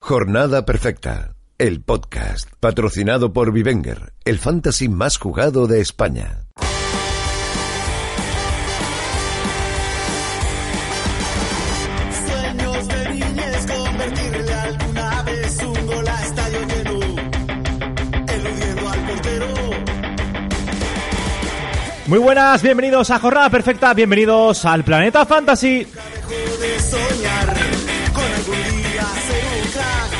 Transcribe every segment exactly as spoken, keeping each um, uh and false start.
Jornada Perfecta, el podcast, patrocinado por Vivenger, el fantasy más jugado de España. Sueños de niñez, convertirle alguna vez un gol a estadio lleno, eludiendo al portero. Muy buenas, bienvenidos a Jornada Perfecta, bienvenidos al Planeta Fantasy. Dejo de soñar con algún día ser un crack.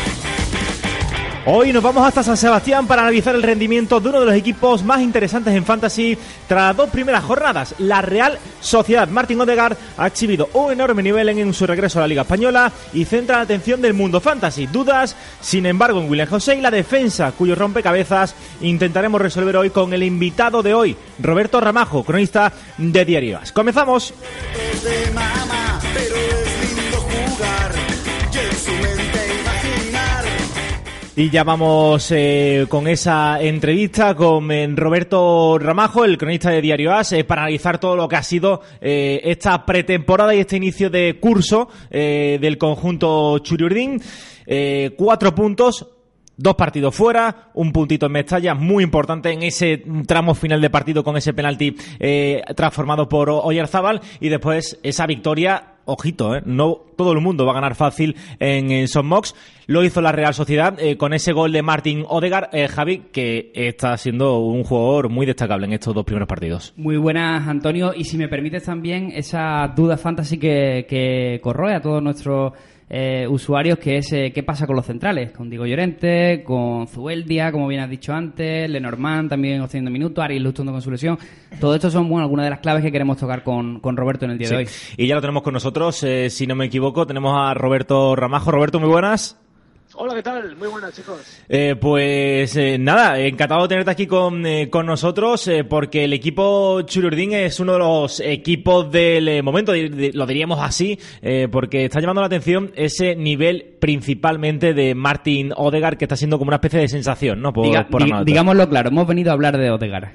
Hoy nos vamos hasta San Sebastián para analizar el rendimiento de uno de los equipos más interesantes en Fantasy tras las dos primeras jornadas. La Real Sociedad. Martin Odegaard ha exhibido un enorme nivel en, en su regreso a la Liga Española y centra la atención del mundo Fantasy. Dudas, sin embargo, en William José y la defensa, cuyo rompecabezas intentaremos resolver hoy con el invitado de hoy, Roberto Ramajo, cronista de Diario As. ¡Comenzamos! Es de mamá, pero es lindo jugar y en su mente imaginar. Y ya vamos eh, con esa entrevista con eh, Roberto Ramajo, el cronista de Diario As, eh, para analizar todo lo que ha sido eh, esta pretemporada y este inicio de curso eh, del conjunto Churiurdin. Eh, cuatro puntos. Dos partidos fuera, un puntito en Mestalla, muy importante en ese tramo final de partido con ese penalti eh, transformado por Oyarzábal, y después esa victoria, ojito, eh, no todo el mundo va a ganar fácil en, en Son Mox. Lo hizo la Real Sociedad eh, con ese gol de Martin Odegaard, eh, Javi, que está siendo un jugador muy destacable en estos dos primeros partidos. Muy buenas, Antonio, y si me permites también esa duda fantasy que, que corroe a todos nuestros Eh, usuarios, que es eh, qué pasa con los centrales, con Diego Llorente, con Zubeldia, como bien has dicho antes, Lenormand también obteniendo minutos, Ariel Lustondo con su lesión. Todo esto son, bueno, algunas de las claves que queremos tocar con, con Roberto en el día Sí. de hoy. Y ya lo tenemos con nosotros, eh, si no me equivoco, tenemos a Roberto Ramajo. Roberto, muy buenas. Hola, ¿qué tal? Muy buenas, chicos. Eh, pues eh, nada, encantado de tenerte aquí con, eh, con nosotros, eh, porque el equipo Churiurdin es uno de los equipos del eh, momento, de, de, lo diríamos así, eh, porque está llamando la atención ese nivel principalmente de Martin Odegaard, que está siendo como una especie de sensación, ¿no? Por, Diga, por di, digámoslo claro, hemos venido a hablar de Odegaard.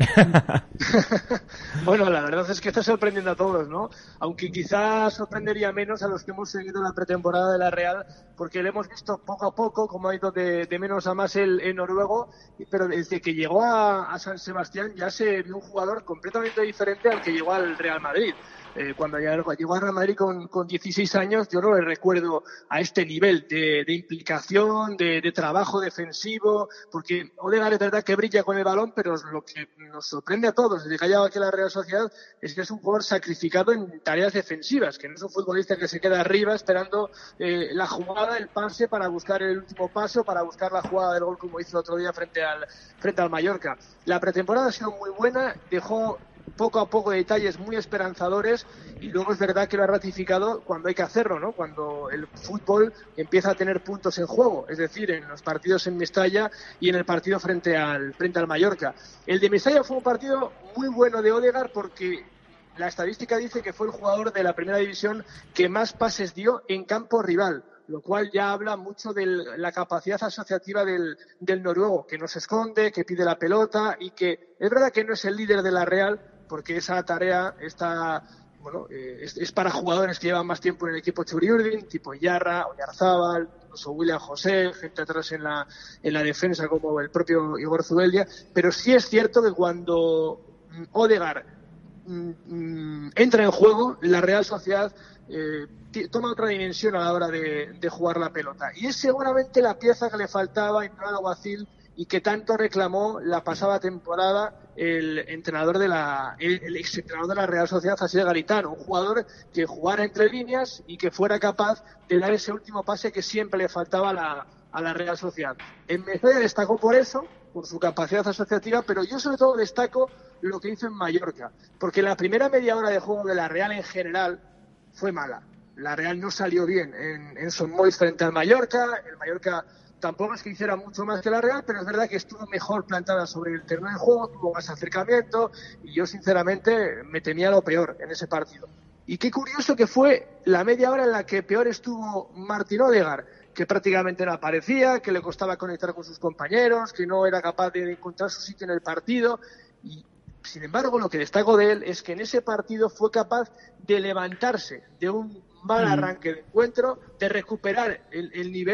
Bueno, la verdad es que está sorprendiendo a todos, ¿no? Aunque quizás sorprendería menos a los que hemos seguido la pretemporada de la Real, porque le hemos visto poco a poco como ha ido de, de menos a más el, el noruego, pero desde que llegó a, a San Sebastián ya se vio un jugador completamente diferente al que llegó al Real Madrid. Eh, cuando llegó a Real Madrid con, con dieciséis años, yo no le recuerdo a este nivel de, de implicación, de, de trabajo defensivo, porque Odegaard es verdad que brilla con el balón, pero lo que nos sorprende a todos desde que ha llegado aquí a la Real Sociedad es que es un jugador sacrificado en tareas defensivas, que no es un futbolista que se queda arriba esperando eh, la jugada, el pase para buscar el último paso, para buscar la jugada del gol como hizo el otro día frente al, frente al Mallorca. La pretemporada ha sido muy buena, dejó poco a poco detalles muy esperanzadores, y luego es verdad que lo ha ratificado cuando hay que hacerlo, ¿no? Cuando el fútbol empieza a tener puntos en juego, es decir, en los partidos en Mestalla y en el partido frente al frente al Mallorca. El de Mestalla fue un partido muy bueno de Odegaard porque la estadística dice que fue el jugador de la primera división que más pases dio en campo rival, lo cual ya habla mucho de la capacidad asociativa del, del noruego, que no se esconde, que pide la pelota, y que es verdad que no es el líder de la Real, porque esa tarea está, bueno, eh, es, es para jugadores que llevan más tiempo en el equipo Churiurdin, tipo Yarra, Oyarzábal, incluso William José, gente atrás en la, en la defensa como el propio Igor Zubeldia, pero sí es cierto que cuando Odegaard mm, mm, entra en juego, la Real Sociedad eh, toma otra dimensión a la hora de, de jugar la pelota, y es seguramente la pieza que le faltaba en el alguacil y que tanto reclamó la pasada temporada el entrenador de la el, el exentrenador de la Real Sociedad, Asier Garitano, un jugador que jugara entre líneas y que fuera capaz de dar ese último pase que siempre le faltaba a la, a la Real Sociedad. En Mestalla destacó por eso, por su capacidad asociativa, pero yo sobre todo destaco lo que hizo en Mallorca, porque la primera media hora de juego de la Real en general fue mala. La Real no salió bien en, en Son Moix frente al Mallorca. El Mallorca tampoco es que hiciera mucho más que la Real, pero es verdad que estuvo mejor plantada sobre el terreno de juego, tuvo más acercamiento, y yo sinceramente me temía lo peor en ese partido. Y qué curioso que fue la media hora en la que peor estuvo Martin Odegaard, que prácticamente no aparecía, que le costaba conectar con sus compañeros, que no era capaz de encontrar su sitio en el partido. Y sin embargo, lo que destaco de él es que en ese partido fue capaz de levantarse de un mal arranque de encuentro, de recuperar el, el nivel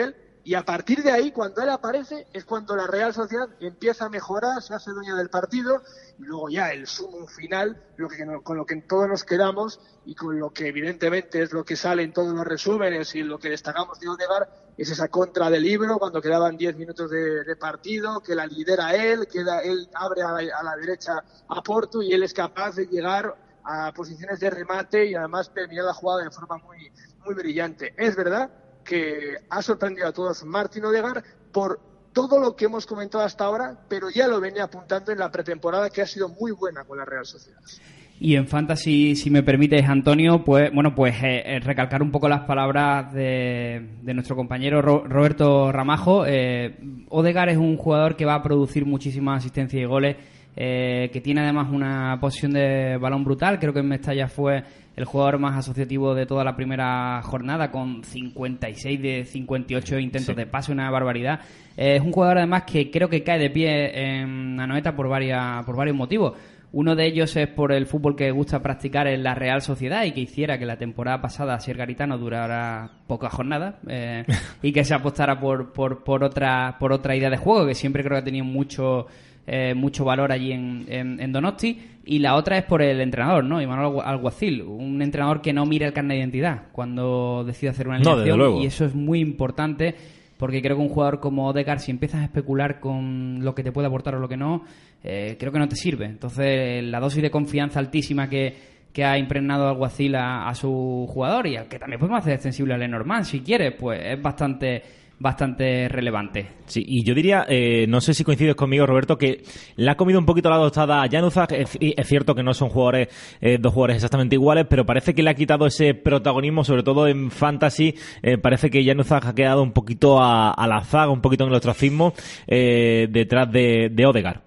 Y a partir de ahí, cuando él aparece, es cuando la Real Sociedad empieza a mejorar, se hace dueña del partido, y luego ya el sumo final, lo que, con lo que todos nos quedamos, y con lo que evidentemente es lo que sale en todos los resúmenes y lo que destacamos de Odegaard, es esa contra del Libro, cuando quedaban diez minutos de, de partido, que la lidera él, que da, él abre a, a la derecha a Porto, y él es capaz de llegar a posiciones de remate y además terminar la jugada de forma muy, muy brillante. Es verdad que ha sorprendido a todos Martín Odegaard por todo lo que hemos comentado hasta ahora, pero ya lo venía apuntando en la pretemporada, que ha sido muy buena con la Real Sociedad. Y en Fantasy, si me permites, Antonio, pues bueno, pues eh, recalcar un poco las palabras de, de nuestro compañero Ro- Roberto Ramajo. Eh, Odegaard es un jugador que va a producir muchísimas asistencias y goles, eh, que tiene además una posición de balón brutal. Creo que en Mestalla fue el jugador más asociativo de toda la primera jornada, con cincuenta y seis de cincuenta y ocho intentos sí. de pase, una barbaridad. Eh, es un jugador además que creo que cae de pie en Anoeta por, varias, por varios motivos. Uno de ellos es por el fútbol que gusta practicar en la Real Sociedad y que hiciera que la temporada pasada Asier Garitano durara pocas jornadas, eh, y que se apostara por, por, por, otra, por otra idea de juego, que siempre creo que ha tenido mucho... Eh, mucho valor allí en, en, en Donosti. Y la otra es por el entrenador, ¿no? Imanol Alguacil, un entrenador que no mira el carnet de identidad cuando decide hacer una alineación, no, y eso es muy importante, porque creo que un jugador como Odegaard, si empiezas a especular con lo que te puede aportar o lo que no, eh, creo que no te sirve. Entonces la dosis de confianza altísima que, que ha impregnado Alguacil a, a su jugador, y al que también podemos hacer extensible a Lenormand si quieres, pues es bastante... bastante relevante. Sí, y yo diría, eh, no sé si coincides conmigo, Roberto, que le ha comido un poquito la tostada a Januzaj. Es, es cierto que no son jugadores, eh, dos jugadores exactamente iguales, pero parece que le ha quitado ese protagonismo, sobre todo en Fantasy. Eh, parece que Januzaj ha quedado un poquito a, a la zaga, un poquito en el ostracismo, eh, detrás de, de Odegaard.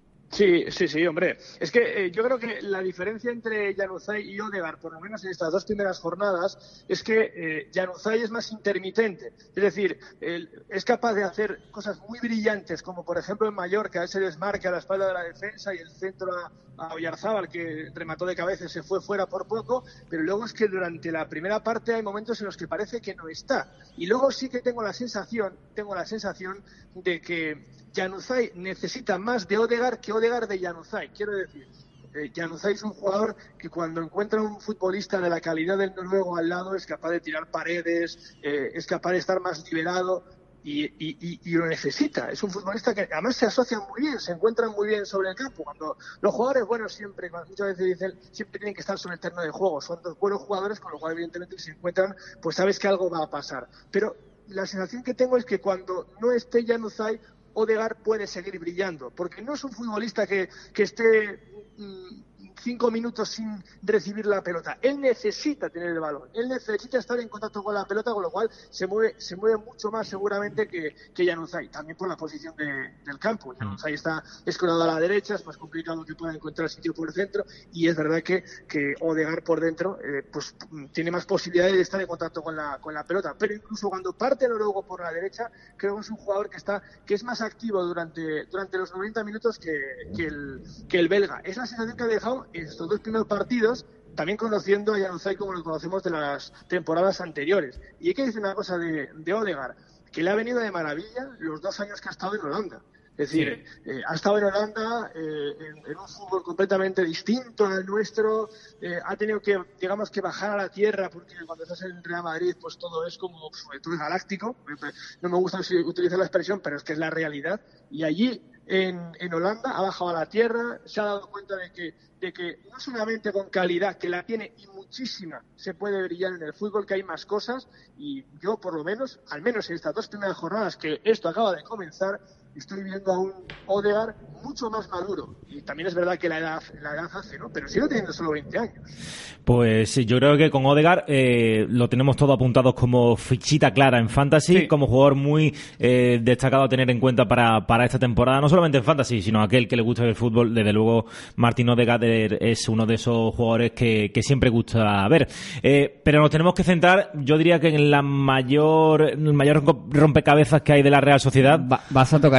Sí, sí, sí, hombre. Es que eh, yo creo que la diferencia entre Januzaj y Odegaard, por lo menos en estas dos primeras jornadas, es que eh, Januzaj es más intermitente. Es decir, él es capaz de hacer cosas muy brillantes, como por ejemplo en Mallorca, ese desmarque a la espalda de la defensa y el centro a, a Oyarzábal, que remató de cabeza y se fue fuera por poco, pero luego es que durante la primera parte hay momentos en los que parece que no está. Y luego sí que tengo la sensación, tengo la sensación de que Januzaj necesita más de Odegaard que Odegaard de Januzaj. Quiero decir, eh, Januzaj es un jugador que cuando encuentra un futbolista de la calidad del noruego al lado es capaz de tirar paredes, eh, es capaz de estar más liberado y, y, y, y lo necesita. Es un futbolista que además se asocian muy bien, se encuentran muy bien sobre el campo. Cuando los jugadores buenos siempre, muchas veces dicen, siempre tienen que estar sobre el terreno de juego. Son dos buenos jugadores, con lo cual evidentemente si se encuentran, pues sabes que algo va a pasar. Pero la sensación que tengo es que cuando no esté Januzaj, Odegaard puede seguir brillando, porque no es un futbolista que, que esté mmm, cinco minutos sin recibir la pelota. Él necesita tener el balón, él necesita estar en contacto con la pelota, con lo cual se mueve se mueve mucho más seguramente que, que Januzaj, también por la posición de, del campo. Januzaj está escorado a la derecha, es más complicado que pueda encontrar sitio por el centro, y es verdad que, que Odegaard por dentro eh, pues tiene más posibilidades de estar en contacto con la, con la pelota, pero incluso cuando parte luego por la derecha, creo que es un jugador que está que es más activo durante, durante los noventa minutos que, que, el, que el belga. Es la sensación que ha dejado en estos dos primeros partidos, también conociendo a Januzaj como lo conocemos de las temporadas anteriores. Y hay que decir una cosa de, de Odegaard, que le ha venido de maravilla los dos años que ha estado en Holanda. Es decir, sí. eh, ha estado en Holanda eh, en, en un fútbol completamente distinto al nuestro, eh, ha tenido que, digamos, que bajar a la tierra, porque cuando estás en Real Madrid, pues todo es como, todo es galáctico. No me gusta utilizar la expresión, pero es que es la realidad. Y allí, en, en Holanda, ha bajado a la tierra, se ha dado cuenta de que, de que no solamente con calidad, que la tiene y muchísima, se puede brillar en el fútbol, que hay más cosas, y yo, por lo menos, al menos en estas dos primeras jornadas, que esto acaba de comenzar, estoy viendo a un Odegaard mucho más maduro. Y también es verdad que la edad, la edad hace, ¿no? Pero sigue teniendo solo veinte años. Pues sí, yo creo que con Odegaard eh, lo tenemos todo apuntados como fichita clara en Fantasy, sí. Como jugador muy eh, destacado a tener en cuenta para, para esta temporada, no solamente en Fantasy, sino a aquel que le gusta el fútbol. Desde luego, Martín Odegaard es uno de esos jugadores que, que siempre gusta ver. Eh, pero nos tenemos que centrar, yo diría que en la mayor, el mayor rompecabezas que hay de la Real Sociedad. Va, vas a tocar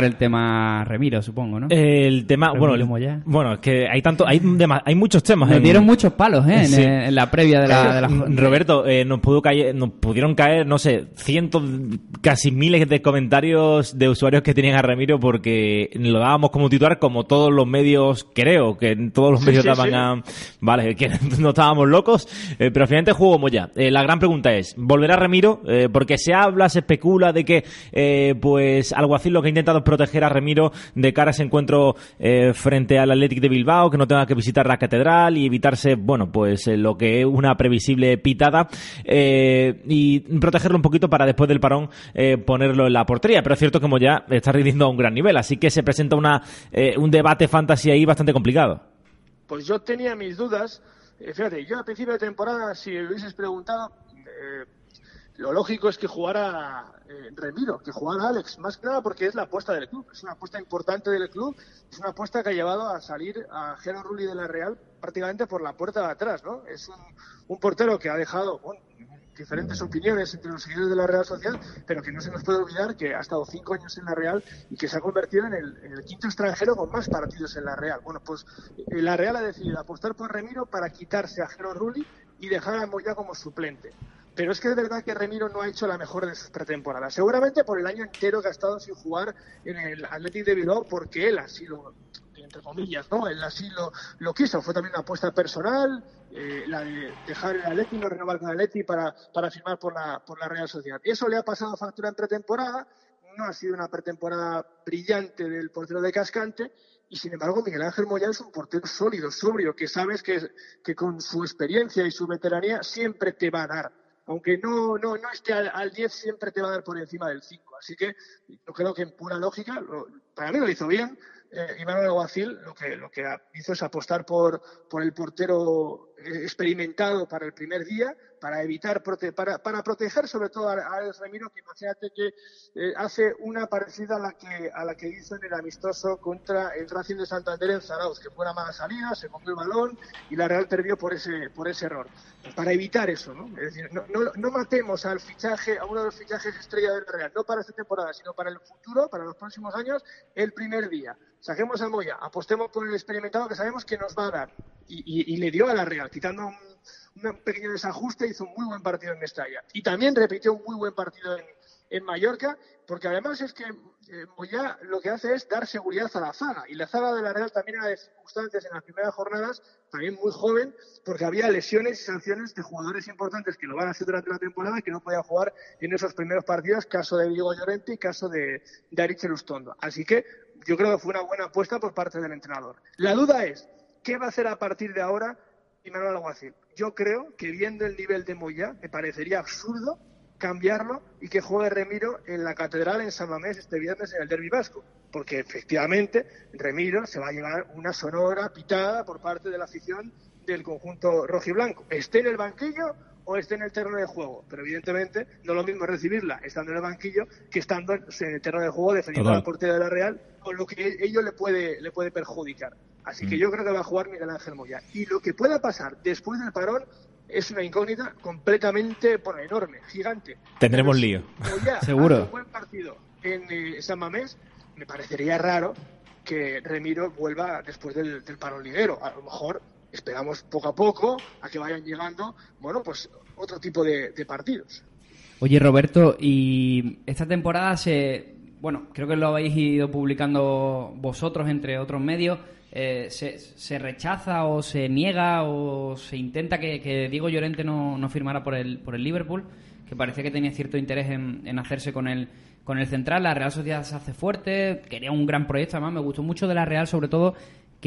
el tema Remiro, supongo, ¿no? El tema, Remiro bueno, Moyá. bueno, es que hay tanto, hay, dema- hay muchos temas. Nos en- dieron muchos palos, ¿eh? En, Sí. en la previa de la... De la... Roberto, eh, nos pudo caer, nos pudieron caer, no sé, cientos, casi miles de comentarios de usuarios que tenían a Remiro porque lo dábamos como titular, como todos los medios, creo, que todos los Sí, medios sí, daban sí. a... Vale, que no estábamos locos, eh, pero finalmente jugó Moyá. Eh, la gran pregunta es, ¿volverá Remiro? Eh, porque se habla, se especula de que, eh, pues, Alguacil lo que ha intentado es proteger a Remiro de cara a ese encuentro eh, frente al Athletic de Bilbao, que no tenga que visitar la catedral y evitarse, bueno, pues eh, lo que es una previsible pitada, eh, y protegerlo un poquito para después del parón eh, ponerlo en la portería. Pero es cierto que Moyá está rindiendo a un gran nivel, así que se presenta una eh, un debate fantasy ahí bastante complicado. Pues yo tenía mis dudas. Eh, fíjate, yo a principio de temporada, si me hubieses preguntado, eh, lo lógico es que jugara eh, Remiro, que jugara Alex, más que nada porque es la apuesta del club, es una apuesta importante del club, es una apuesta que ha llevado a salir a Jero Rulli de la Real prácticamente por la puerta de atrás, ¿no? Es un, un portero que ha dejado, bueno, diferentes opiniones entre los seguidores de la Real Sociedad, pero que no se nos puede olvidar que ha estado cinco años en la Real y que se ha convertido en el, en el quinto extranjero con más partidos en la Real. Bueno, pues eh, la Real ha decidido apostar por Remiro para quitarse a Jero Rulli y dejar a Moyá como suplente. Pero es que es verdad que Remiro no ha hecho la mejor de sus pretemporadas. Seguramente por el año entero que ha estado sin jugar en el Athletic de Bilbao, porque él así lo, entre comillas, ¿no? Él así lo, lo quiso. Fue también una apuesta personal, eh, la de dejar el Athletic, no renovar con el Athletic para, para firmar por la, por la Real Sociedad. Eso le ha pasado factura en pretemporada. No ha sido una pretemporada brillante del portero de Cascante. Y sin embargo, Miguel Ángel Moyá es un portero sólido, sobrio, que sabes que, que con su experiencia y su veteranía siempre te va a dar. Aunque no, no, no esté al, al diez, siempre te va a dar por encima del cinco. Así que yo creo que en pura lógica, lo, para mí lo hizo bien. Eh, Imanol Alguacil lo que, lo que hizo es apostar por, por el portero experimentado para el primer día, para evitar, prote para, para proteger sobre todo a, a Alex Remiro, que imagínate que eh, hace una parecida a la que a la que hizo en el amistoso contra el Racing de Santander en Zarauz, que fue una mala salida, se cogió el balón y la Real perdió por ese por ese error. Para evitar eso, ¿no? Es decir, no, no, no matemos al fichaje, a uno de los fichajes estrella del Real, no para esta temporada, sino para el futuro, para los próximos años, el primer día. Saquemos a Moyá, apostemos por el experimentado que sabemos que nos va a dar. Y, y, y le dio a la Real, quitando un, un pequeño desajuste, hizo un muy buen partido en Mestalla. Y también repitió un muy buen partido en, en Mallorca, porque además es que eh, Moyá lo que hace es dar seguridad a la zaga. Y la zaga de la Real también era de circunstancias en las primeras jornadas, también muy joven, porque había lesiones y sanciones de jugadores importantes que lo van a hacer durante la temporada y que no podían jugar en esos primeros partidos, caso de Diego Llorente y caso de, de Aritz Elustondo. Así que yo creo que fue una buena apuesta por parte del entrenador. La duda es, ¿qué va a hacer a partir de ahora Imanol Alguacil? Yo creo que viendo el nivel de Moyá, me parecería absurdo cambiarlo y que juegue Remiro en la Catedral en San Mamés este viernes en el Derbi Vasco, porque efectivamente Remiro se va a llevar una sonora pitada por parte de la afición del conjunto rojiblanco, esté en el banquillo o esté en el terreno de juego, pero evidentemente no es lo mismo recibirla estando en el banquillo que estando en el terreno de juego defendiendo a la portería de la Real, con lo que ello le puede le puede perjudicar. Así que yo creo que va a jugar Miguel Ángel Moyá. Y lo que pueda pasar después del parón es una incógnita completamente, bueno, enorme, gigante. Tendremos Pero lío. Si Moyá Seguro. hace un buen partido en eh, San Mamés, me parecería raro que Remiro vuelva después del, del parón liguero. A lo mejor esperamos poco a poco a que vayan llegando, bueno, pues otro tipo de, de partidos. Oye, Roberto, y esta temporada se... Bueno, creo que lo habéis ido publicando vosotros, entre otros medios. Eh, se, ¿Se rechaza o se niega o se intenta que, que Diego Llorente no, no firmara por el, por el Liverpool? Que parecía que tenía cierto interés en, en hacerse con el, con el central. La Real Sociedad se hace fuerte, quería un gran proyecto. Además, me gustó mucho de la Real, sobre todo,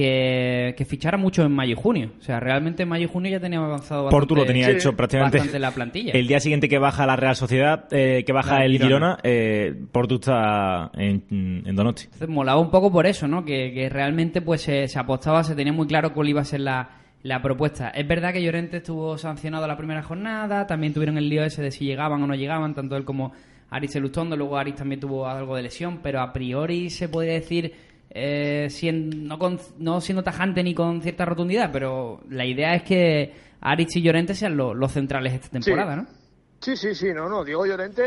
que, que fichara mucho en mayo y junio. O sea, realmente en mayo y junio ya tenía avanzado bastante, Portu lo tenía sí, hecho prácticamente bastante la plantilla. el día siguiente que baja la Real Sociedad, eh, que baja La el Girona. Girona, eh, Portu está en, en Donosti. Entonces molaba un poco por eso, ¿no? Que, que realmente pues se, se apostaba, se tenía muy claro cuál iba a ser la, la propuesta. Es verdad que Llorente estuvo sancionado la primera jornada, también tuvieron el lío ese de si llegaban o no llegaban, tanto él como Aritz Elustondo, luego Aritz también tuvo algo de lesión, pero a priori se podría decir, eh, siendo, no, con, no siendo tajante ni con cierta rotundidad, pero la idea es que Aritz y Llorente sean lo, los centrales esta temporada, Sí. ¿no? Sí, sí, sí, no, no, Diego Llorente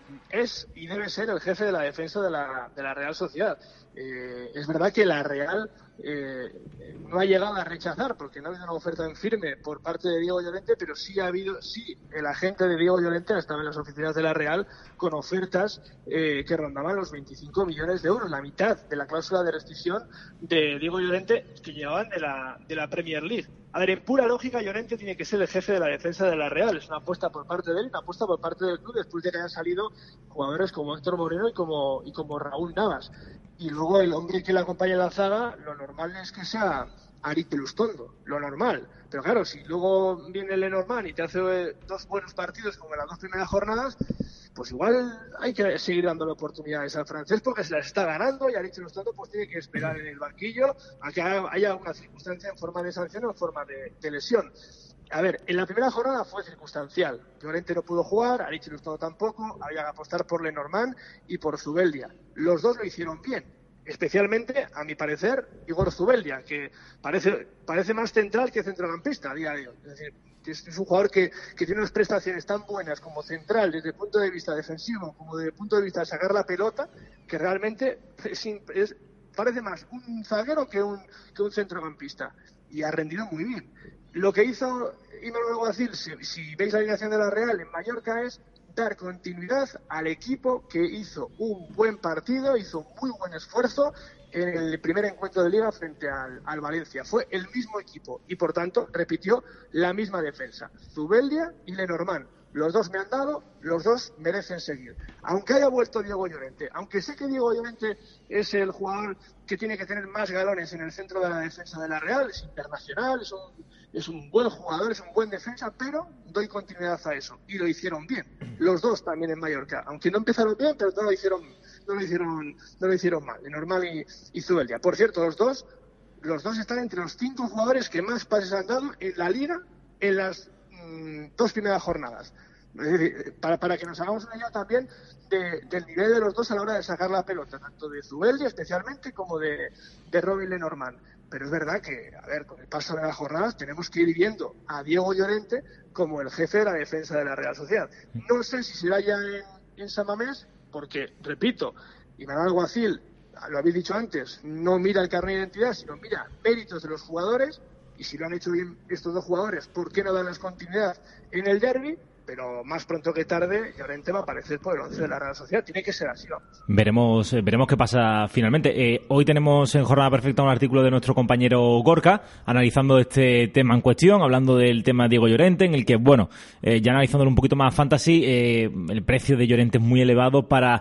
es y debe ser el jefe de la defensa de la, de la Real Sociedad. Eh, es verdad que la Real eh, no ha llegado a rechazar, porque no ha habido una oferta en firme por parte de Diego Llorente, pero sí ha habido, sí, el agente de Diego Llorente estaba en las oficinas de la Real con ofertas eh, que rondaban los veinticinco millones de euros, la mitad de la cláusula de rescisión de Diego Llorente que llevaban de la, de la Premier League. A ver, en pura lógica, Llorente tiene que ser el jefe de la defensa de la Real. Es una apuesta por parte de él, una apuesta por parte del club, después de que hayan salido jugadores como Héctor Moreno y como, y como Raúl Navas. Y luego el hombre que le acompaña en la zaga, lo normal es que sea Aritz Lustondo, lo normal. Pero claro, si luego viene Lenormand y te hace dos buenos partidos como en las dos primeras jornadas, pues igual hay que seguir dándole oportunidades al francés porque se las está ganando y Aritz Lustondo pues tiene que esperar en el banquillo a que haya una circunstancia en forma de sanción o en forma de, de lesión. A ver, en la primera jornada fue circunstancial. Llorente no pudo jugar, Aritz Lustondo tampoco, había que apostar por Lenormand y por Zubeldia. Los dos lo hicieron bien, especialmente, a mi parecer, Igor Zubeldia, que parece, parece más central que centrocampista a día de hoy. Es decir, es un jugador que, que tiene unas prestaciones tan buenas como central desde el punto de vista defensivo como desde el punto de vista de sacar la pelota, que realmente es, es, parece más un zaguero que un, que un centrocampista. Y ha rendido muy bien. Lo que hizo Imanol Alguacil, si, si veis la alineación de la Real en Mallorca, es dar continuidad al equipo que hizo un buen partido, hizo un muy buen esfuerzo en el primer encuentro de Liga frente al, al Valencia. Fue el mismo equipo y, por tanto, repitió la misma defensa. Zubeldia y Lenormand. Los dos me han dado, los dos merecen seguir. Aunque haya vuelto Diego Llorente, aunque sé que Diego Llorente es el jugador que tiene que tener más galones en el centro de la defensa de la Real, es internacional, es un, es un buen jugador, es un buen defensa, pero doy continuidad a eso. Y lo hicieron bien. Los dos también en Mallorca. Aunque no empezaron bien, pero no lo hicieron, no lo hicieron, no lo hicieron mal. Lenormand y, y Zubeldia. Por cierto, los dos, los dos están entre los cinco jugadores que más pases han dado en la Liga en las mmm, dos primeras jornadas. Es decir, para, para que nos hagamos una idea también de, del nivel de los dos a la hora de sacar la pelota, tanto de Zubeldia especialmente como de, de Robin Lenormand. Pero es verdad que, a ver, con el paso de las jornadas tenemos que ir viendo a Diego Llorente como el jefe de la defensa de la Real Sociedad. No sé si será ya en, en San Mamés, porque, repito, Imanol Alguacil, lo habéis dicho antes, no mira el carnet de identidad, sino mira méritos de los jugadores, y si lo han hecho bien estos dos jugadores, ¿por qué no darles continuidad en el derbi? Pero más pronto que tarde Llorente va a aparecer por el once de la Real Sociedad. Tiene que ser así, vamos. Veremos, veremos qué pasa finalmente. Eh, hoy tenemos en Jornada Perfecta un artículo de nuestro compañero Gorka analizando este tema en cuestión, hablando del tema de Diego Llorente, en el que, bueno, eh, ya analizándolo un poquito más fantasy, eh, el precio de Llorente es muy elevado para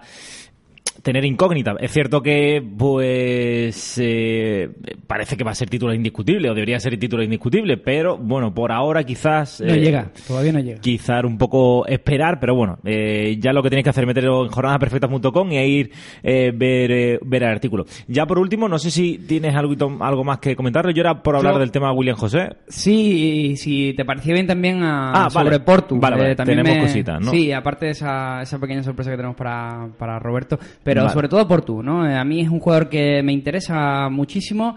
tener incógnita. Es cierto que pues eh, parece que va a ser título indiscutible o debería ser título indiscutible, pero bueno, por ahora quizás no eh, llega, todavía no llega. Quizás un poco esperar, pero bueno, eh, ya lo que tenéis que hacer es meterlo en jornada perfecta punto com y a ir eh, ver eh, ver el artículo. Ya por último, no sé si tienes algo algo más que comentarle. Yo era por hablar yo, del tema de William José. Sí, si te parecía bien también a, ah, sobre vale. Portu. Vale, vale. Eh, también tenemos me, cositas, ¿no? Sí, aparte de esa, esa pequeña sorpresa que tenemos para, para Roberto. Pero vale. Sobre todo Portu, ¿no? A mí es un jugador que me interesa muchísimo,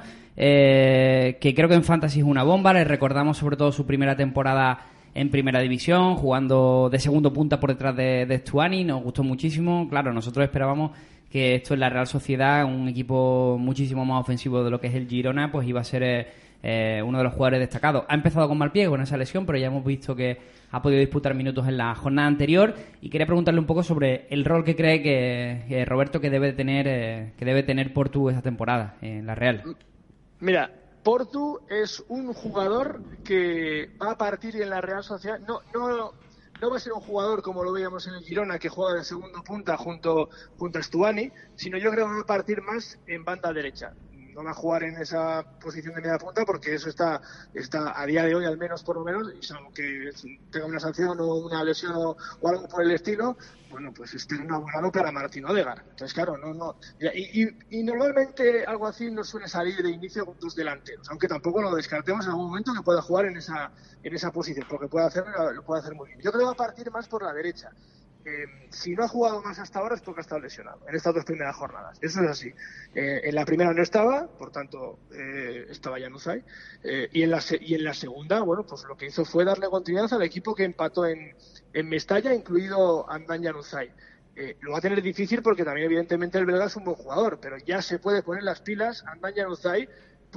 eh, que creo que en Fantasy es una bomba. Le recordamos sobre todo su primera temporada en Primera División, jugando de segundo punta por detrás de, de Stuani. Nos gustó muchísimo. Claro, nosotros esperábamos que esto en la Real Sociedad, un equipo muchísimo más ofensivo de lo que es el Girona, pues iba a ser eh, eh, uno de los jugadores destacados. Ha empezado con mal pie con esa lesión, pero ya hemos visto que ha podido disputar minutos en la jornada anterior, y quería preguntarle un poco sobre el rol que cree que, que Roberto que debe tener eh, que debe tener Portu esta temporada en la Real. Mira, Portu es un jugador que va a partir en la Real Sociedad. No, no, no va a ser un jugador como lo veíamos en el Girona, que juega de segundo punta junto, junto a Stuani, sino yo creo que va a partir más en banda derecha. No va a jugar en esa posición de media punta porque eso está está a día de hoy, al menos por lo menos, y salvo que tenga una sanción o una lesión o, o algo por el estilo, bueno, pues es un abonado para Martín Odegaard. Entonces, claro, no no y, y, y normalmente algo así no suele salir de inicio con dos delanteros, aunque tampoco lo descartemos en algún momento que pueda jugar en esa en esa posición, porque puede hacer, lo puede hacer muy bien. Yo creo que va a partir más por la derecha. Eh, si no ha jugado más hasta ahora es porque ha estado lesionado en estas dos primeras jornadas. Eso es así. Eh, en la primera no estaba, por tanto eh, estaba Januzaj, eh, y en la se- y en la segunda, bueno, pues lo que hizo fue darle continuidad al equipo que empató en, en Mestalla, incluido Adnan Januzaj. Eh, lo va a tener difícil porque también evidentemente el belga es un buen jugador, pero ya se puede poner las pilas Adnan Januzaj,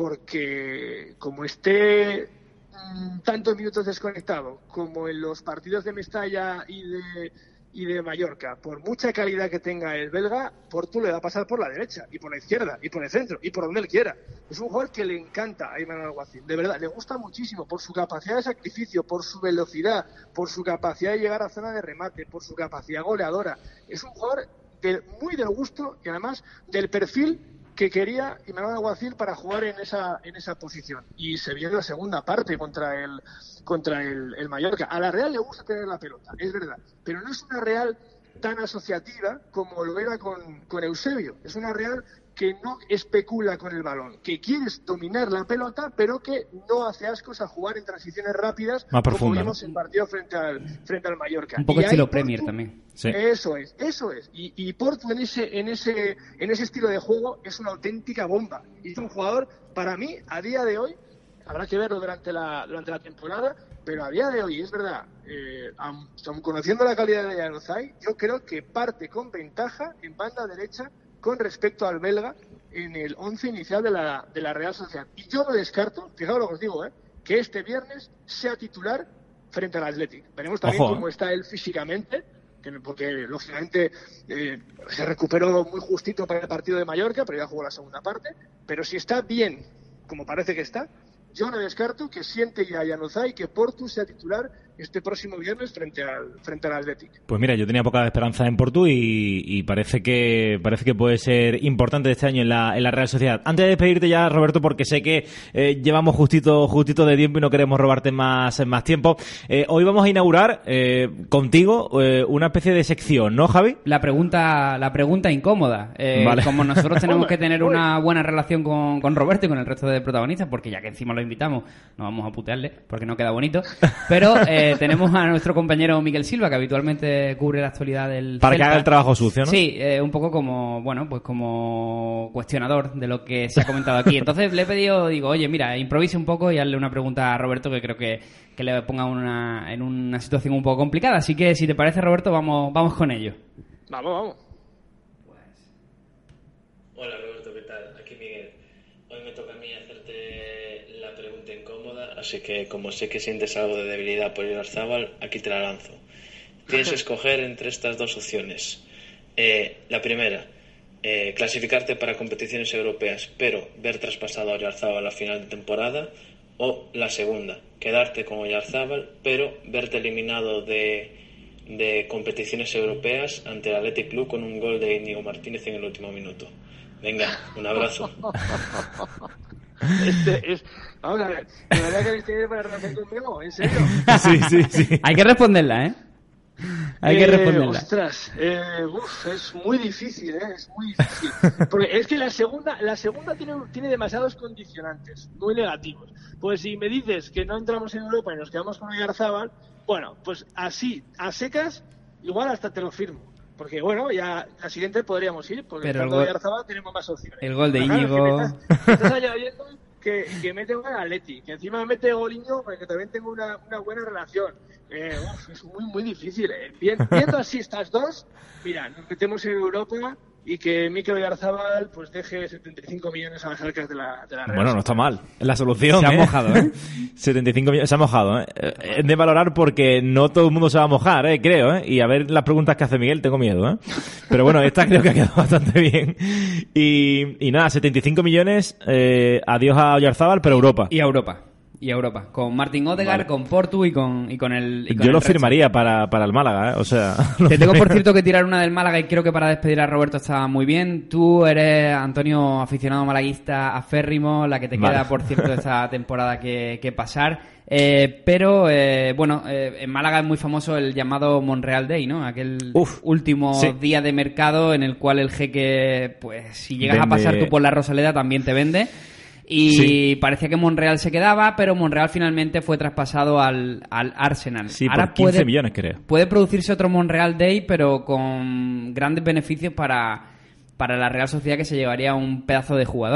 porque como esté mmm, tantos minutos desconectado como en los partidos de Mestalla y de y de Mallorca, por mucha calidad que tenga el belga, Portu le va a pasar por la derecha y por la izquierda y por el centro y por donde él quiera. Es un jugador que le encanta a Imran Alguacil, de verdad, le gusta muchísimo por su capacidad de sacrificio, por su velocidad, por su capacidad de llegar a zona de remate, por su capacidad goleadora. Es un jugador de, muy del gusto y además del perfil que quería Imran Alguacil para jugar en esa en esa posición. Y se viene la segunda parte contra el contra el, el Mallorca. A la Real le gusta tener la pelota, es verdad, pero no es una Real tan asociativa como lo era con, con Eusebio. Es una Real que no especula con el balón, que quiere dominar la pelota, pero que no hace ascos a jugar en transiciones rápidas, más profunda, como vimos ¿no? en partido frente al frente al Mallorca. Un poco y estilo Portu, Premier también. Sí. Eso es, eso es. Y, y Portu en ese, en ese, en ese estilo de juego es una auténtica bomba. Y es un jugador, para mí, a día de hoy, habrá que verlo durante la, durante la temporada, pero a día de hoy, es verdad, eh, aun, aun conociendo la calidad de Januzaj, yo creo que parte con ventaja en banda derecha con respecto al belga en el once inicial de la, de la Real Sociedad. Y yo no descarto, fijaos lo que os digo, eh, que este viernes sea titular frente al Athletic. Veremos también Ojo, cómo está él físicamente, que, porque lógicamente eh, se recuperó muy justito para el partido de Mallorca, pero ya jugó la segunda parte. Pero si está bien, como parece que está, yo no descarto que siente ya a Januzaj y que Portu sea titular este próximo viernes frente al frente al Athletic. Pues mira, yo tenía poca esperanza en Portu y, y parece que parece que puede ser importante este año en la, en la Real Sociedad. Antes de despedirte ya, Roberto, porque sé que eh, llevamos justito justito de tiempo y no queremos robarte más, más tiempo, eh, hoy vamos a inaugurar eh, contigo eh, una especie de sección, ¿no, Javi? La pregunta la pregunta incómoda. Eh, Vale. Como nosotros tenemos que tener una buena relación con, con Roberto y con el resto de protagonistas, porque ya que encima lo invitamos, no vamos a putearle, porque no queda bonito, pero eh, tenemos a nuestro compañero Miguel Silva, que habitualmente cubre la actualidad del Para Celta. que haga el trabajo sucio, ¿no? Sí, eh, un poco como, bueno, pues como cuestionador de lo que se ha comentado aquí. Entonces le he pedido, digo, oye, mira, improvise un poco y hazle una pregunta a Roberto que creo que, que le ponga una, en una situación un poco complicada. Así que, si te parece, Roberto, vamos, vamos con ello. Vamos, vamos. Hola Roberto, ¿qué tal? Aquí Miguel. Hoy me toca a mí hacerte la pregunta incómoda, así que como sé que sientes algo de debilidad por Oyarzábal, aquí te la lanzo. Tienes que escoger entre estas dos opciones. Eh, la primera, eh, clasificarte para competiciones europeas, pero ver traspasado a Oyarzábal a final de temporada. O la segunda, quedarte con Oyarzábal, pero verte eliminado de, de competiciones europeas ante el Athletic Club con un gol de Íñigo Martínez en el último minuto. Venga, un abrazo. Este es, vamos a ver, ¿de verdad queréis tener para relación conmigo? ¿En serio? Sí, sí, sí. Hay que responderla, ¿eh? Hay que Eh, responderla. Ostras, eh, uf, es muy difícil, ¿eh? Es muy difícil. Porque es que la segunda, la segunda tiene, tiene demasiados condicionantes, muy negativos. Pues si me dices que no entramos en Europa y nos quedamos con Oyarzábal, bueno, pues así, a secas, igual hasta te lo firmo. Porque bueno, ya la siguiente podríamos ir, porque Pero el estando gol- Oyarzábal tenemos más opciones. el gol de Pero claro, Íñigo- que me estás, me estás añadiendo que, que mete un Atleti, que encima mete goliño, porque también tengo una, una buena relación. Eh, uf, es muy, muy difícil. Eh. Bien, viendo así estas dos, mira, nos metemos en Europa y que Mikel Oyarzábal pues deje setenta y cinco millones a las arcas de la, de la Real. Bueno, no está mal. Es la solución, Se ha ¿eh? mojado, ¿eh? setenta y cinco millones. Se ha mojado, ¿eh? Es de valorar porque no todo el mundo se va a mojar, ¿eh? Creo, ¿eh? Y a ver las preguntas que hace Miguel, tengo miedo, ¿eh? Pero bueno, esta creo que ha quedado bastante bien. Y, y nada, setenta y cinco millones, eh, adiós a Oyarzábal, pero Europa. Y a Europa. Y a Europa. Con Martin Odegaard, Vale. con Portu y con, y con el. y con Yo el lo resto. firmaría para, para el Málaga, ¿eh? O sea... Te tengo, por cierto, que tirar una del Málaga y creo que para despedir a Roberto está muy bien. Tú eres, Antonio, aficionado malaguista aférrimo, la que te Vale. queda, por cierto, esta temporada que, que pasar. Eh, pero, eh, bueno, eh, en Málaga es muy famoso el llamado Monreal Day, ¿no? Aquel Uf, último sí. día de mercado en el cual el jeque, pues, si llegas Vende- a pasar tú por la Rosaleda, también te vende. Y Sí. parecía que Monreal se quedaba, pero Monreal finalmente fue traspasado al, al Arsenal. Sí, Ahora por quince puede- millones, creo. Puede producirse otro Monreal Day, pero con grandes beneficios para, para la Real Sociedad, que se llevaría un pedazo de jugador.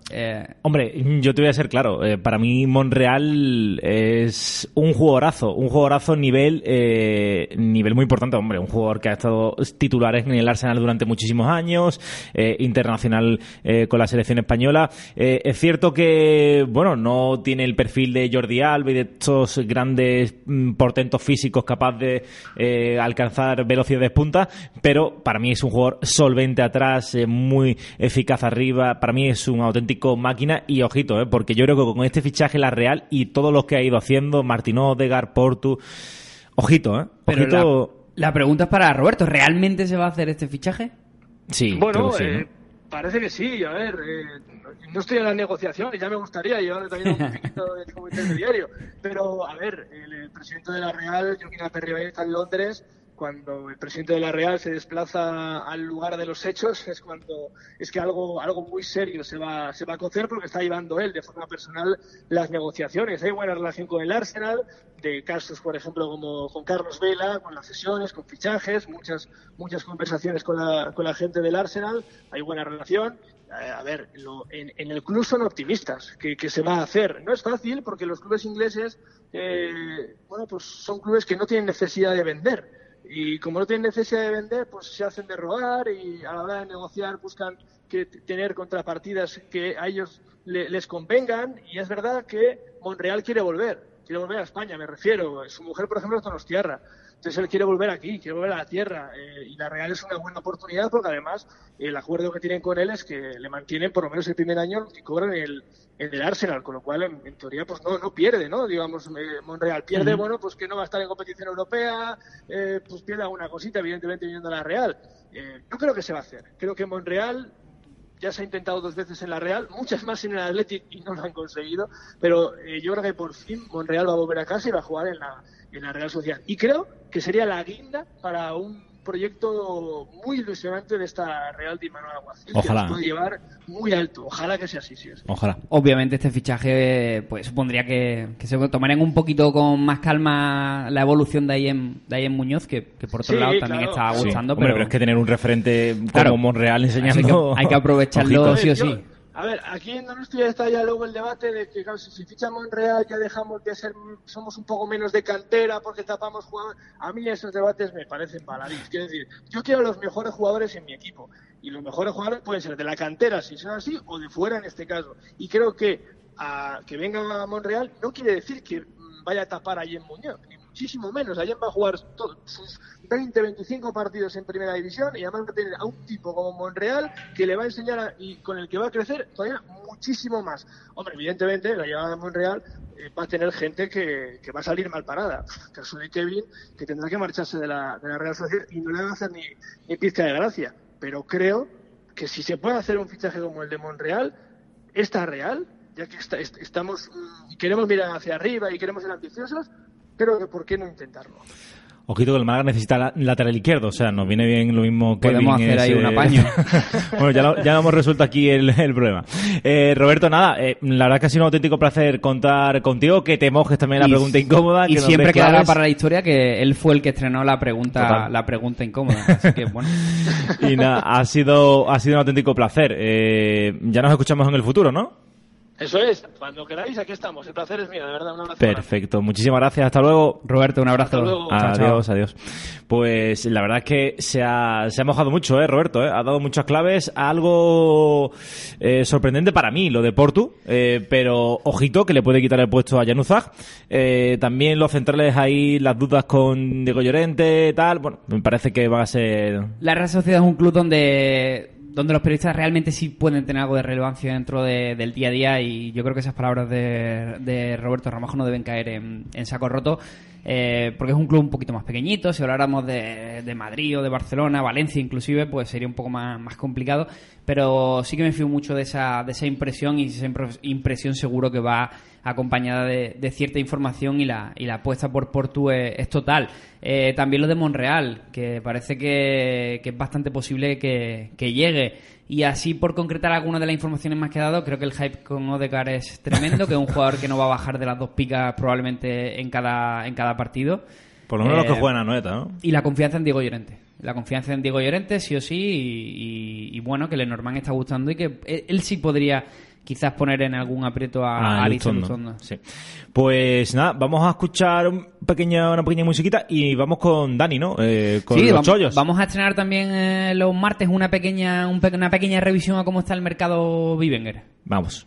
Eh... Hombre, yo te voy a ser claro. Eh, para mí Monreal es un jugadorazo, un jugadorazo nivel eh, nivel muy importante. Hombre, un jugador que ha estado titular en el Arsenal durante muchísimos años, eh, internacional eh, con la selección española. Eh, es cierto que, bueno, no tiene el perfil de Jordi Alba y de estos grandes mm, portentos físicos capaz de eh, alcanzar velocidades punta, pero para mí es un jugador solvente atrás, eh, muy eficaz arriba. Para mí es un auténtico máquina y ojito, ¿eh? Porque yo creo que con este fichaje la Real y todos los que ha ido haciendo, Martínez, Odegaard, Portu, ojito, ¿eh? Pero ojito. La, la pregunta es para Roberto, ¿realmente se va a hacer este fichaje? Sí, bueno, creo que sí, eh, ¿no? Parece que sí, a ver, eh, no estoy en las negociaciones, ya me gustaría llevar también un poquito de como intermediario, pero a ver, el, el presidente de la Real, Joaquín Aperribay, está en Londres. Cuando el presidente de la Real se desplaza al lugar de los hechos es cuando es que algo algo muy serio se va se va a cocer, porque está llevando él de forma personal las negociaciones. Hay buena relación con el Arsenal, de casos, por ejemplo, como con Carlos Vela, con las sesiones, con fichajes, muchas muchas conversaciones con la con la gente del Arsenal. Hay buena relación. A ver, lo, en, en el club son optimistas que, que se va a hacer. No es fácil porque los clubes ingleses, eh, bueno, pues son clubes que no tienen necesidad de vender. Y como no tienen necesidad de vender, pues se hacen de rogar y a la hora de negociar buscan que t- tener contrapartidas que a ellos le, les convengan. Y es verdad que Monreal quiere volver, quiere volver a España, me refiero. Su mujer, por ejemplo, es donostiarra. Entonces él quiere volver aquí, quiere volver a la tierra. Eh, y la Real es una buena oportunidad porque además el acuerdo que tienen con él es que le mantienen por lo menos el primer año que cobran el, en el Arsenal, con lo cual en, en teoría pues no no pierde, ¿no? Digamos, eh, Monreal pierde, uh-huh. bueno, pues que no va a estar en competición europea, eh, pues pierde alguna cosita, evidentemente viniendo a la Real. Eh, yo creo que se va a hacer. Creo que Monreal ya se ha intentado dos veces en la Real, muchas más en el Athletic y no lo han conseguido, pero eh, yo creo que por fin Monreal va a volver a casa y va a jugar en la en la Real Sociedad. Y creo que sería la guinda para un proyecto muy ilusionante de esta Real de Manuel Alguacil, Ojalá. que nos puede llevar muy alto. Ojalá que sea así, sí es. Ojalá. Obviamente este fichaje pues supondría que, que se tomarían un poquito con más calma la evolución de Ayen, de Ayen Muñoz, que, que por otro Sí, lado claro. también está Sí. gustando. Hombre, pero... pero es que tener un referente como Claro. Monreal Así enseñando... que hay que aprovecharlo Ojito. sí o Yo- sí. A ver, aquí en Donostia está ya luego el debate de que, claro, si se ficha Monreal ya dejamos de ser, somos un poco menos de cantera porque tapamos jugadores. A mí esos debates me parecen baladís. Quiero decir, yo quiero los mejores jugadores en mi equipo. Y los mejores jugadores pueden ser de la cantera, si son así, o de fuera en este caso. Y creo que a, que venga a Monreal no quiere decir que mm, vaya a tapar a Ayen Muñoz, ni muchísimo menos. Ayen va a jugar todos sus veinte, veinticinco partidos en primera división y además va a tener a un tipo como Monreal que le va a enseñar a, y con el que va a crecer todavía muchísimo más. Hombre, evidentemente la llegada de Monreal eh, va a tener gente que, que va a salir mal parada. Caso de Kevin, que tendrá que marcharse de la, de la Real Sociedad y no le va a hacer ni, ni pizca de gracia. Pero creo que si se puede hacer un fichaje como el de Monreal, esta Real, ya que está, est- estamos y queremos mirar hacia arriba y queremos ser ambiciosos, creo que ¿por qué no intentarlo? Ojito que el Málaga necesita la- lateral izquierdo, o sea, nos viene bien lo mismo que Podemos hacer ahí un apaño. Bueno, ya lo, ya lo hemos resuelto aquí el, el problema. Eh, Roberto, nada, eh, la verdad que ha sido un auténtico placer contar contigo, que te mojes también la Y- pregunta incómoda. Y que nos siempre des quedará claves. para la historia que él fue el que estrenó la pregunta Total. la pregunta incómoda. Así que bueno. Y nada, ha sido, ha sido un auténtico placer. Eh, ya nos escuchamos en el futuro, ¿no? Eso es, cuando queráis, aquí estamos. El placer es mío, de verdad, un abrazo. Perfecto, muchísimas gracias, hasta luego. Roberto, un abrazo. Hasta luego. Chao, chao. Adiós, adiós. Pues la verdad es que se ha, se ha mojado mucho, ¿eh, Roberto? ¿eh? Ha dado muchas claves. Algo eh, sorprendente para mí, lo de Portu. Eh, pero ojito, que le puede quitar el puesto a Januzaj. Eh, también los centrales ahí, las dudas con Diego Llorente, tal. Bueno, me parece que va a ser... La Real Sociedad es un club donde donde los periodistas realmente sí pueden tener algo de relevancia dentro de, del día a día, y yo creo que esas palabras de, de Roberto Ramajo no deben caer en, en saco roto, eh, porque es un club un poquito más pequeñito. Si habláramos de, de Madrid o de Barcelona, Valencia inclusive, pues sería un poco más, más complicado, pero sí que me fío mucho de esa, de esa impresión, y esa impresión seguro que va acompañada de, de cierta información, y la, y la apuesta por Portu es, es total. Eh, también lo de Monreal, que parece que, que es bastante posible que, que llegue. Y así, por concretar algunas de las informaciones más que he dado, creo que el hype con Odegaard es tremendo, que es un jugador que no va a bajar de las dos picas probablemente en cada, en cada partido. Por lo menos Eh, los que juegan a Noeta, ¿no? Y la confianza en Diego Llorente. La confianza en Diego Llorente, sí o sí, y, y, y bueno, que Lenormand está gustando y que él, él sí podría quizás poner en algún aprieto a, Ah, a Aritz Lustondo. Lustondo. Sí. Pues nada, vamos a escuchar un pequeña, una pequeña musiquita y vamos con Dani, ¿no? Eh, con Sí, los vamos, chollos. vamos a estrenar también eh, los martes una pequeña un pe- una pequeña revisión a cómo está el mercado Bivenger. Vamos.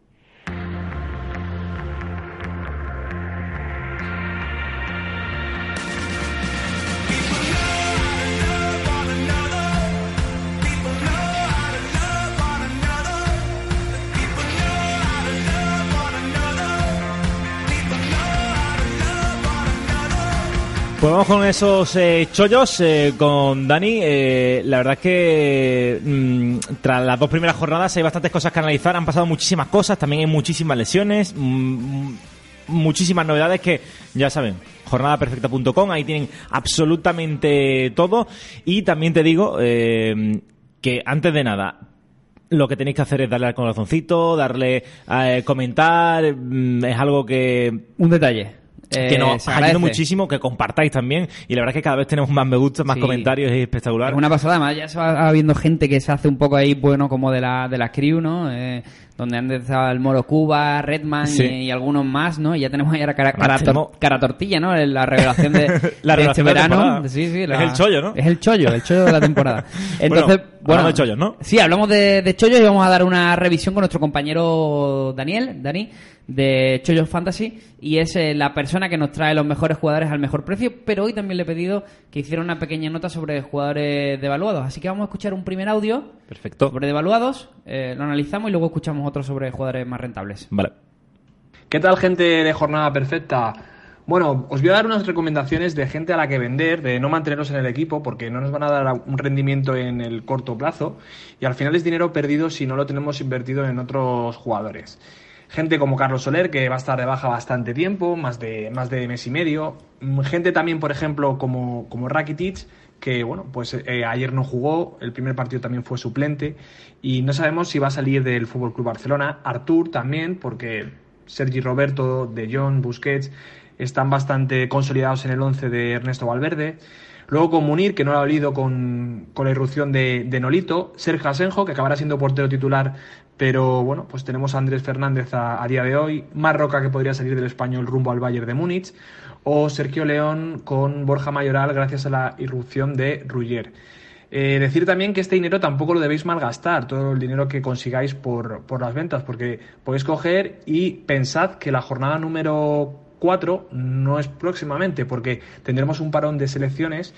Pues vamos con esos eh, chollos, eh, con Dani. Eh, la verdad es que mm, tras las dos primeras jornadas hay bastantes cosas que analizar. Han pasado muchísimas cosas, también hay muchísimas lesiones, mm, muchísimas novedades que, ya saben, jornada perfecta punto com, ahí tienen absolutamente todo. Y también te digo eh, que antes de nada, lo que tenéis que hacer es darle al corazoncito, darle a eh, comentar, mm, es algo que... Un detalle. que Eh, nos se ayuda agradece. muchísimo, que compartáis también, y la verdad es que cada vez tenemos más me gusta, más Sí. comentarios, es espectacular. Es una pasada, además ya se va habiendo gente que se hace un poco ahí, bueno, como de la, de la crew, ¿no? Eh, donde han estado el Moro Cuba, Redman Sí. y, y algunos más, ¿no? Y ya tenemos ahí ahora cara, Además, cara, tor- tenemos- cara tortilla, ¿no? La revelación de, La de revelación este de la verano. temporada. Sí, sí, la- Es el chollo, ¿no? Es el chollo, el chollo de la temporada. Entonces, Bueno, bueno, hablamos de chollos, ¿no? Sí, hablamos de, de chollos y vamos a dar una revisión con nuestro compañero Daniel, Dani, de Chollos Fantasy, y es eh, la persona que nos trae los mejores jugadores al mejor precio, pero hoy también le he pedido que hiciera una pequeña nota sobre jugadores devaluados, así que vamos a escuchar un primer audio Perfecto. sobre devaluados, eh, lo analizamos y luego escuchamos otro sobre jugadores más rentables. Vale. ¿Qué tal, gente de Jornada Perfecta? Bueno, os voy a dar unas recomendaciones de gente a la que vender, de no manteneros en el equipo porque no nos van a dar un rendimiento en el corto plazo y al final es dinero perdido si no lo tenemos invertido en otros jugadores. Gente como Carlos Soler, que va a estar de baja bastante tiempo, más de, más de mes y medio. Gente también, por ejemplo, como, como Rakitic, que bueno, pues eh, ayer no jugó, el primer partido también fue suplente y no sabemos si va a salir del F C Barcelona. Artur también, porque Sergi Roberto, De Jong, Busquets están bastante consolidados en el once de Ernesto Valverde. Luego con Munir, que no lo ha olido con, con la irrupción de, de Nolito. Sergio Asenjo, que acabará siendo portero titular, pero bueno, pues tenemos a Andrés Fernández a, a día de hoy. Marroca, que podría salir del Español rumbo al Bayern de Múnich. O Sergio León con Borja Mayoral gracias a la irrupción de Rullier. Eh, decir también que este dinero tampoco lo debéis malgastar, todo el dinero que consigáis por, por las ventas, porque podéis coger y pensad que la jornada número cuatro no es próximamente, porque tendremos un parón de selecciones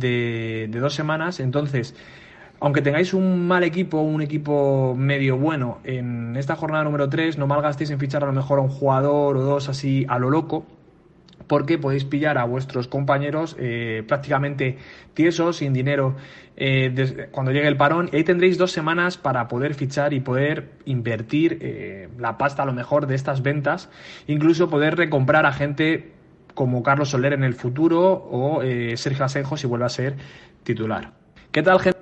de, de dos semanas. Entonces, aunque tengáis un mal equipo, un equipo medio bueno en esta jornada número tres, no malgastéis en fichar a lo mejor a un jugador o dos así a lo loco, porque podéis pillar a vuestros compañeros eh, prácticamente tiesos, sin dinero, eh, desde, cuando llegue el parón, y ahí tendréis dos semanas para poder fichar y poder invertir eh, la pasta a lo mejor de estas ventas, incluso poder recomprar a gente como Carlos Soler en el futuro o eh, Sergio Asenjo si vuelve a ser titular. ¿Qué tal, gente?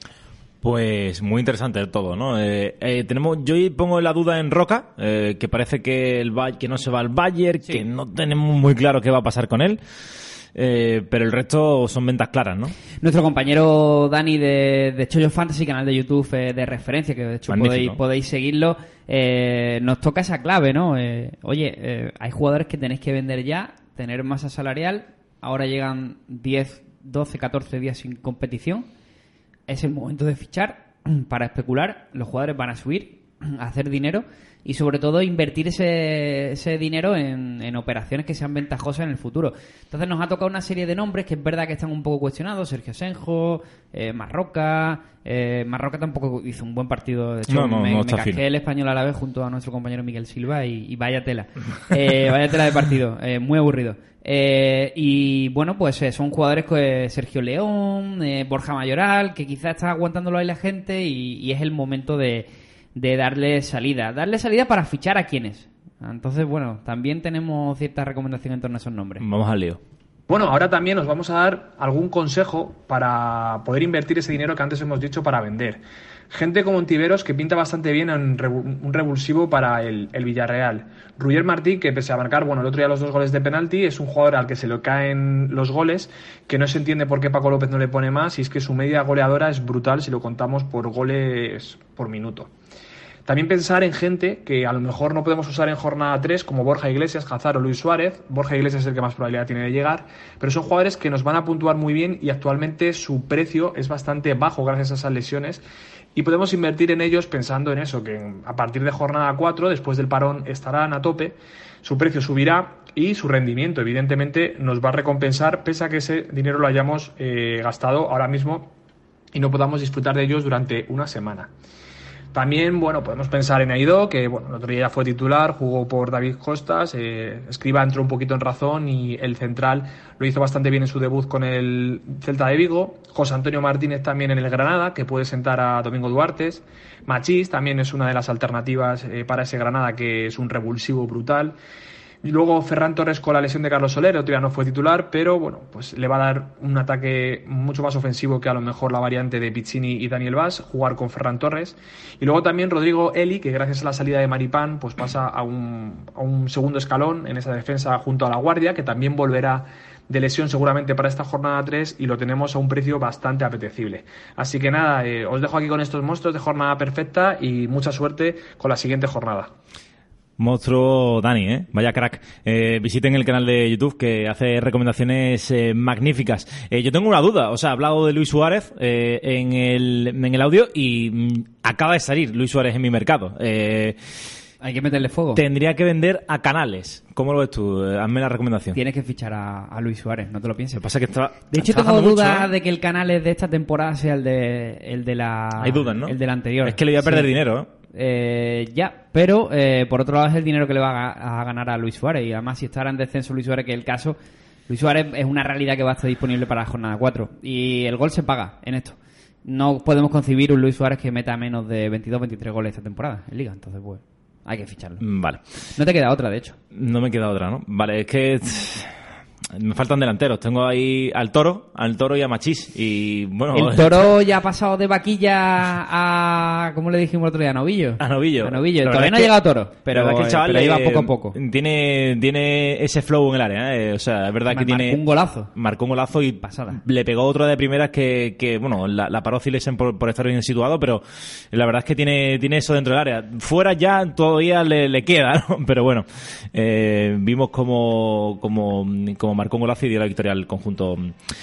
Pues muy interesante todo, ¿no? Eh, eh, tenemos, yo pongo la duda en Roca, eh, que parece que el que no se va al Bayern, sí, que no tenemos muy claro qué va a pasar con él, eh, pero el resto son ventas claras, ¿no? Nuestro compañero Dani de, de Chollos Fantasy, canal de YouTube eh, de referencia, que de hecho podéis, podéis seguirlo, eh, nos toca esa clave, ¿no? Eh, oye, eh, hay jugadores que tenéis que vender ya, tener masa salarial, ahora llegan diez, doce, catorce días sin competición. Es el momento de fichar para especular, los jugadores van a subir, a hacer dinero y sobre todo invertir ese, ese dinero en, en operaciones que sean ventajosas en el futuro. Entonces nos ha tocado una serie de nombres que es verdad que están un poco cuestionados, Sergio Asenjo, eh, Marroca, eh, Marroca tampoco hizo un buen partido, de hecho no, no, me, no me está cajé fino. El español a la vez junto a nuestro compañero Miguel Silva y, y vaya tela, eh, vaya tela de partido, eh, muy aburrido. Eh, y bueno, pues eh, son jugadores que Sergio León, eh, Borja Mayoral, que quizás está aguantándolo ahí la gente y, y es el momento de, de darle salida. Darle salida para fichar a quienes. Entonces, bueno, también tenemos cierta recomendación en torno a esos nombres. Vamos al lío. Bueno, ahora también os vamos a dar algún consejo para poder invertir ese dinero que antes hemos dicho para vender. Gente como Ontiveros, que pinta bastante bien en un revulsivo para el, el Villarreal. Rullier Martí, que pese a marcar, bueno, el otro día los dos goles de penalti, es un jugador al que se le caen los goles, que no se entiende por qué Paco López no le pone más, y es que su media goleadora es brutal si lo contamos por goles por minuto. También pensar en gente que a lo mejor no podemos usar en jornada tres, como Borja Iglesias, Hazard o Luis Suárez. Borja Iglesias es el que más probabilidad tiene de llegar, pero son jugadores que nos van a puntuar muy bien y actualmente su precio es bastante bajo gracias a esas lesiones. Y podemos invertir en ellos pensando en eso, que a partir de jornada cuatro, después del parón, estarán a tope, su precio subirá y su rendimiento, evidentemente, nos va a recompensar, pese a que ese dinero lo hayamos eh, gastado ahora mismo y no podamos disfrutar de ellos durante una semana. También, bueno, podemos pensar en Aidó, que bueno, el otro día ya fue titular, jugó por David Costas, eh, Escribá entró un poquito en razón y el central lo hizo bastante bien en su debut con el Celta de Vigo. José Antonio Martínez también en el Granada, que puede sentar a Domingo Duartes. Machís también es una de las alternativas eh, para ese Granada, que es un revulsivo brutal. Y luego Ferran Torres con la lesión de Carlos Soler, otro día no fue titular, pero bueno, pues le va a dar un ataque mucho más ofensivo que a lo mejor la variante de Piccini y Daniel Vaz, jugar con Ferran Torres. Y luego también Rodrigo Eli, que gracias a la salida de Maripán, pues pasa a un, a un segundo escalón en esa defensa junto a La Guardia, que también volverá de lesión seguramente para esta jornada tres y lo tenemos a un precio bastante apetecible. Así que nada, eh, os dejo aquí con estos monstruos de jornada perfecta y mucha suerte con la siguiente jornada. Monstruo Dani, ¿eh? Vaya crack. Eh, visiten el canal de YouTube que hace recomendaciones eh, magníficas. Eh, yo tengo una duda. O sea, he hablado de Luis Suárez eh, en, el, en el audio y mm, acaba de salir Luis Suárez en mi mercado. Eh, Hay que meterle fuego. Tendría que vender a Canales. ¿Cómo lo ves tú? Eh, hazme la recomendación. Tienes que fichar a, a Luis Suárez, no te lo pienses. Lo que pasa es que está, de hecho, está tengo dudas mucho, ¿eh? de que el Canales de esta temporada sea el de, el de la... Hay dudas, ¿no? El del anterior. Es que le voy a perder sí. dinero, ¿eh? Eh, ya, pero eh, por otro lado es el dinero que le va a, a ganar a Luis Suárez. Y además, si estará en descenso Luis Suárez, que es el caso, Luis Suárez es una realidad que va a estar disponible para la jornada cuatro. Y el gol se paga en esto. No podemos concebir un Luis Suárez que meta menos de veintidós veintitrés goles esta temporada en Liga. Entonces, pues, hay que ficharlo. Vale. No te queda otra, de hecho. No me queda otra, ¿no? Vale, es que me faltan delanteros. Tengo ahí al Toro, al Toro y a Machís. Y bueno, el Toro ya ha pasado de vaquilla a, ¿cómo le dijimos el otro día? A Novillo. A Novillo. A Novillo. Pero Todavía no ha que, llegado Toro, pero, es que el chaval pero iba eh, poco a poco. Tiene, tiene ese flow en el área, ¿eh? O sea, es verdad Mar, que tiene... Marcó un golazo. Marcó un golazo y pasada. Le pegó otro de primeras que, que bueno, la, la paró Zilesen por, por estar bien situado, pero la verdad es que tiene, tiene eso dentro del área. Fuera ya todavía le, le queda, ¿no? Pero bueno, eh, vimos como, como, como marcó un golazo y dio la victoria al conjunto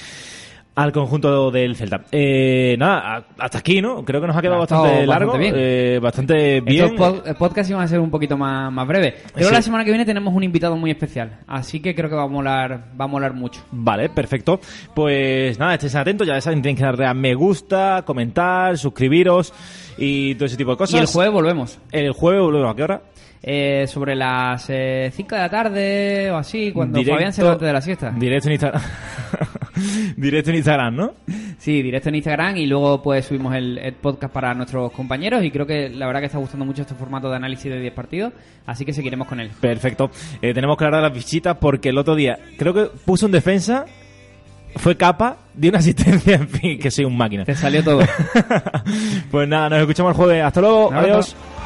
al conjunto del Celta. Eh, nada, hasta aquí, ¿no? Creo que nos ha quedado bastante, bastante largo, bien. Eh, bastante bien. Estos pod- podcasts iban a ser un poquito más, más breves. Pero sí. La semana que viene tenemos un invitado muy especial, así que creo que va a molar, va a molar mucho. Vale, perfecto. Pues nada, estéis atentos, ya saben, tienen que darle a me gusta, comentar, suscribiros y todo ese tipo de cosas. Y el jueves volvemos. El jueves volvemos, ¿a qué hora? Eh, sobre las eh, cinco de la tarde o así, cuando directo, Fabián se levante de la siesta. Directo en Instagram. Directo en Instagram, ¿no? Sí, directo en Instagram y luego pues subimos el, el podcast para nuestros compañeros y creo que la verdad que está gustando mucho este formato de análisis de diez partidos, así que seguiremos con él. Perfecto. Eh, tenemos que hablar de las fichitas porque el otro día creo que puso en defensa, fue capa, dio una asistencia, en fin, que soy un máquina. Te salió todo. Pues nada, nos escuchamos el jueves. Hasta luego. Nada, adiós. todo.